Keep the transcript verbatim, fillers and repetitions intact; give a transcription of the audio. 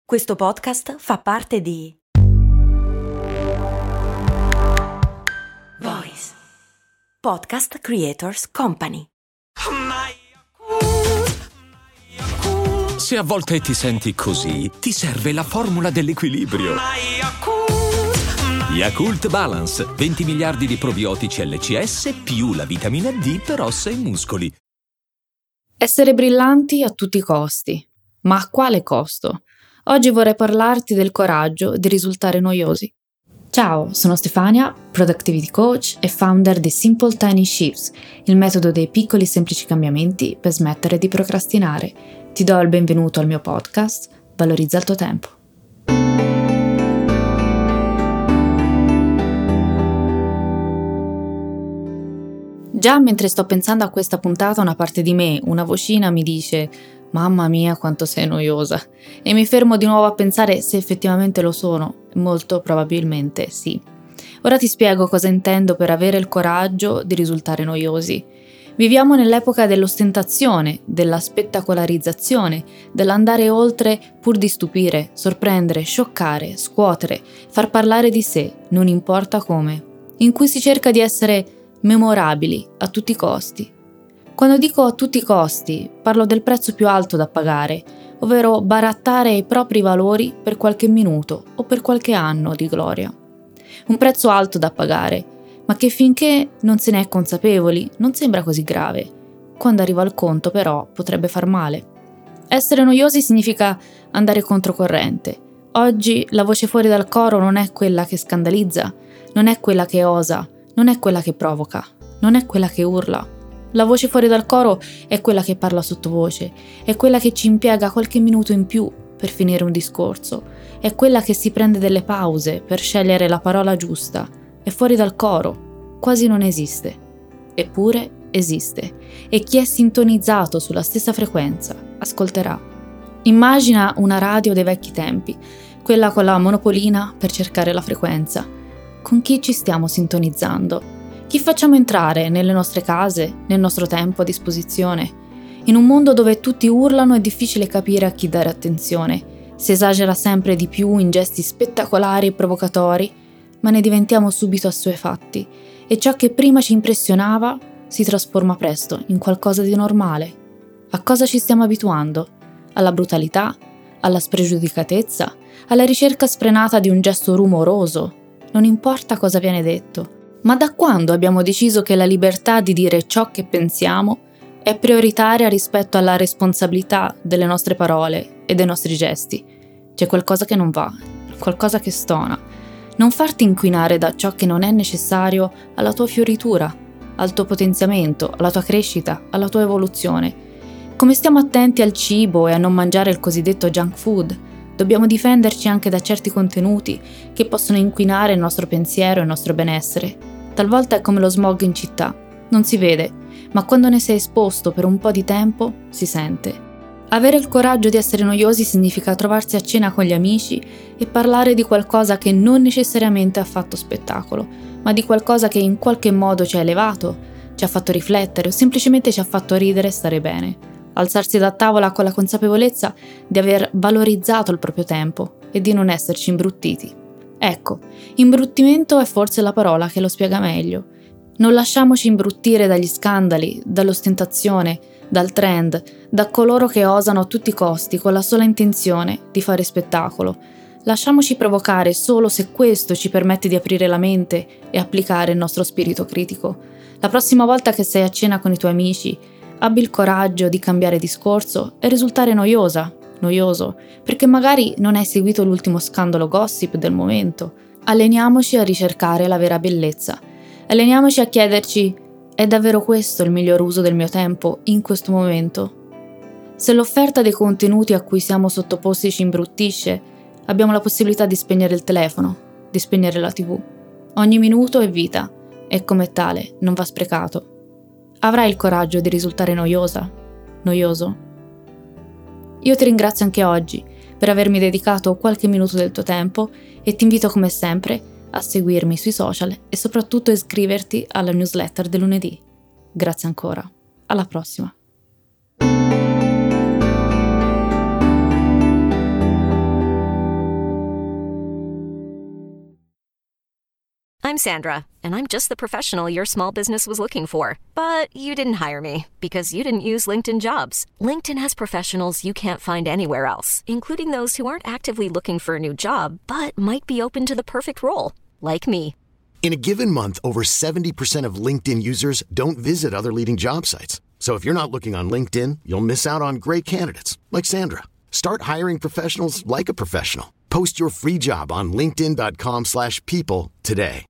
Questo podcast fa parte di Voice Podcast Creators Company. Se a volte ti senti così, ti serve la formula dell'equilibrio. Yakult Balance, venti miliardi di probiotici L C S più la vitamina D per ossa e muscoli. Essere brillanti a tutti i costi. Ma a quale costo? Oggi vorrei parlarti del coraggio di risultare noiosi. Ciao, sono Stefania, Productivity Coach e founder di Simple Tiny Shifts, il metodo dei piccoli semplici cambiamenti per smettere di procrastinare. Ti do il benvenuto al mio podcast, Valorizza il tuo tempo. Già mentre sto pensando a questa puntata, una parte di me, una vocina mi dice «Mamma mia quanto sei noiosa» e mi fermo di nuovo a pensare se effettivamente lo sono, molto probabilmente sì. Ora ti spiego cosa intendo per avere il coraggio di risultare noiosi. Viviamo nell'epoca dell'ostentazione, della spettacolarizzazione, dell'andare oltre pur di stupire, sorprendere, scioccare, scuotere, far parlare di sé, non importa come, in cui si cerca di essere memorabili a tutti i costi. Quando dico a tutti i costi, parlo del prezzo più alto da pagare, ovvero barattare i propri valori per qualche minuto o per qualche anno di gloria. Un prezzo alto da pagare, ma che finché non se ne è consapevoli non sembra così grave. Quando arriva al conto, però, potrebbe far male. Essere noiosi significa andare controcorrente. Oggi la voce fuori dal coro non è quella che scandalizza, non è quella che osa, non è quella che provoca, non è quella che urla. La voce fuori dal coro è quella che parla sottovoce, è quella che ci impiega qualche minuto in più per finire un discorso, è quella che si prende delle pause per scegliere la parola giusta. È fuori dal coro, quasi non esiste. Eppure esiste, e chi è sintonizzato sulla stessa frequenza ascolterà. Immagina una radio dei vecchi tempi, quella con la monopolina per cercare la frequenza. Con chi ci stiamo sintonizzando? Chi facciamo entrare nelle nostre case, nel nostro tempo a disposizione? In un mondo dove tutti urlano è difficile capire a chi dare attenzione. Si esagera sempre di più in gesti spettacolari e provocatori, ma ne diventiamo subito assuefatti e ciò che prima ci impressionava si trasforma presto in qualcosa di normale. A cosa ci stiamo abituando? Alla brutalità? Alla spregiudicatezza? Alla ricerca sfrenata di un gesto rumoroso? Non importa cosa viene detto. Ma da quando abbiamo deciso che la libertà di dire ciò che pensiamo è prioritaria rispetto alla responsabilità delle nostre parole e dei nostri gesti? C'è qualcosa che non va, qualcosa che stona. Non farti inquinare da ciò che non è necessario alla tua fioritura, al tuo potenziamento, alla tua crescita, alla tua evoluzione. Come stiamo attenti al cibo e a non mangiare il cosiddetto junk food, dobbiamo difenderci anche da certi contenuti che possono inquinare il nostro pensiero e il nostro benessere. Talvolta è come lo smog in città. Non si vede, ma quando ne sei esposto per un po' di tempo, si sente. Avere il coraggio di essere noiosi significa trovarsi a cena con gli amici e parlare di qualcosa che non necessariamente ha fatto spettacolo, ma di qualcosa che in qualche modo ci ha elevato, ci ha fatto riflettere o semplicemente ci ha fatto ridere e stare bene. Alzarsi da tavola con la consapevolezza di aver valorizzato il proprio tempo e di non esserci imbruttiti. Ecco, imbruttimento è forse la parola che lo spiega meglio. Non lasciamoci imbruttire dagli scandali, dall'ostentazione, dal trend, da coloro che osano a tutti i costi con la sola intenzione di fare spettacolo. Lasciamoci provocare solo se questo ci permette di aprire la mente e applicare il nostro spirito critico. La prossima volta che sei a cena con i tuoi amici, abbi il coraggio di cambiare discorso e risultare noiosa, noioso, perché magari non hai seguito l'ultimo scandalo gossip del momento. Alleniamoci a ricercare la vera bellezza. Alleniamoci a chiederci: è davvero questo il miglior uso del mio tempo in questo momento? Se l'offerta dei contenuti a cui siamo sottoposti ci imbruttisce, abbiamo la possibilità di spegnere il telefono, di spegnere la tivù. Ogni minuto è vita e come tale non va sprecato. Avrai il coraggio di risultare noiosa? Noioso? Io ti ringrazio anche oggi per avermi dedicato qualche minuto del tuo tempo e ti invito come sempre a seguirmi sui social e soprattutto a iscriverti alla newsletter del lunedì. Grazie ancora. Alla prossima. I'm Sandra, and I'm just the professional your small business was looking for. But you didn't hire me because you didn't use LinkedIn Jobs. LinkedIn has professionals you can't find anywhere else, including those who aren't actively looking for a new job, but might be open to the perfect role, like me. In a given month, over seventy percent of LinkedIn users don't visit other leading job sites. So if you're not looking on LinkedIn, you'll miss out on great candidates like Sandra. Start hiring professionals like a professional. Post your free job on linkedin dot com slash people today.